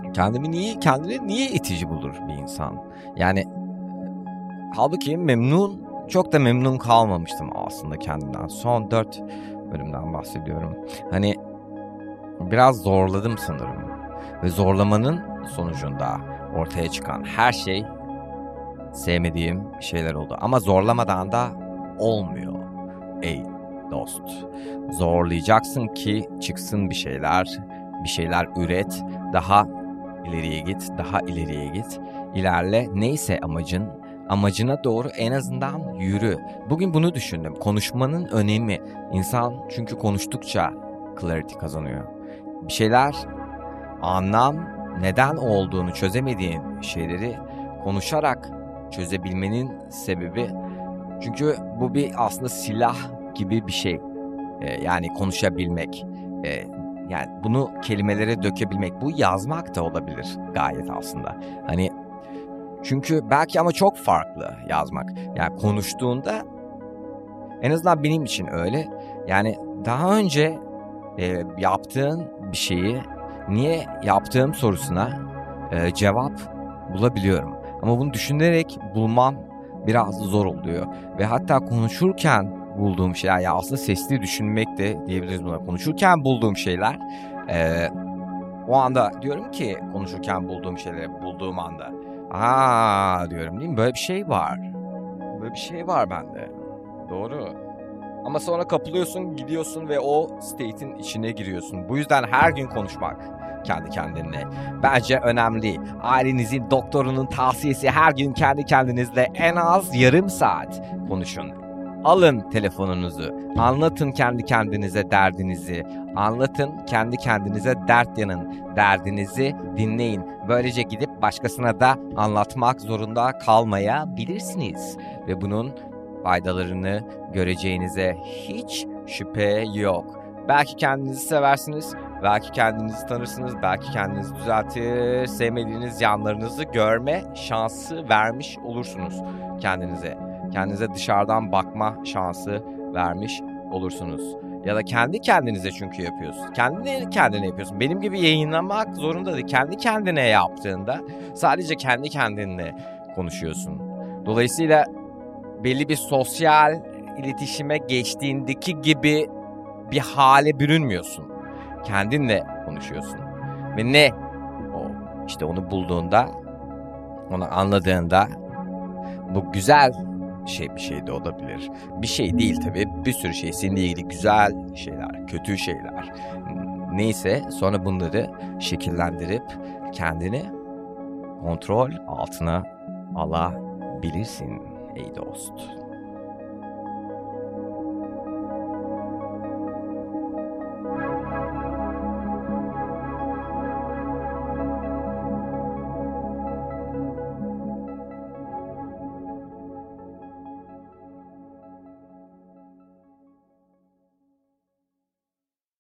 Kendini niye itici bulur bir insan? Yani halbuki çok da memnun kalmamıştım aslında kendimden. Son 4 bölümden bahsediyorum. Hani biraz zorladım sanırım. Ve zorlamanın sonucunda ortaya çıkan her şey sevmediğim şeyler oldu. Ama zorlamadan da olmuyor ey dost. Zorlayacaksın ki çıksın bir şeyler üret, daha ileriye git, ilerle. Neyse amacına doğru en azından yürü. Bugün bunu düşündüm. Konuşmanın önemi. İnsan çünkü konuştukça clarity kazanıyor. Bir şeyler neden olduğunu çözemediğin şeyleri konuşarak çözebilmenin sebebi, çünkü bu aslında silah gibi bir şey. Yani konuşabilmek, yani bunu kelimelere dökebilmek, bu yazmak da olabilir gayet aslında. Hani çünkü belki ama çok farklı yazmak. Yani konuştuğunda, en azından benim için öyle. Yani daha önce yaptığın bir şeyi niye yaptığım sorusuna cevap bulabiliyorum. Ama bunu düşünerek bulmam biraz zor oluyor. Ve hatta konuşurken bulduğum şeyler, ya aslında sesli düşünmek de diyebiliriz buna. Konuşurken bulduğum şeyler, o anda diyorum ki konuşurken bulduğum anda, diyorum değil mi? Böyle bir şey var. Böyle bir şey var bende. Doğru. Ama sonra kapılıyorsun, gidiyorsun ve o state'in içine giriyorsun. Bu yüzden her gün konuşmak kendi kendine bence önemli. Ailenizin, doktorunun tavsiyesi, her gün kendi kendinizle en az yarım saat konuşun. Alın telefonunuzu, anlatın kendi kendinize derdinizi, anlatın kendi kendinize dert yanın, derdinizi dinleyin. Böylece gidip başkasına da anlatmak zorunda kalmayabilirsiniz. Ve bunun faydalarını göreceğinize hiç şüphe yok. Belki kendinizi seversiniz, belki kendinizi tanırsınız, belki kendinizi düzeltir, sevmediğiniz yanlarınızı görme şansı vermiş olursunuz kendinize. Kendinize dışarıdan bakma şansı vermiş olursunuz. Ya da kendi kendinize çünkü yapıyorsun. Kendine yapıyorsun. Benim gibi yayınlamak zorunda değil. Kendi kendine yaptığında sadece kendi kendinle konuşuyorsun. Dolayısıyla belli bir sosyal iletişime geçtiğindeki gibi bir hale bürünmüyorsun. Kendinle konuşuyorsun. Ve işte onu bulduğunda, onu anladığında, bu güzel bir şey de olabilir. Bir şey değil tabii. Bir sürü şey, seninle ilgili güzel şeyler, kötü şeyler. Neyse, sonra bunları şekillendirip kendini kontrol altına alabilirsin ey dost.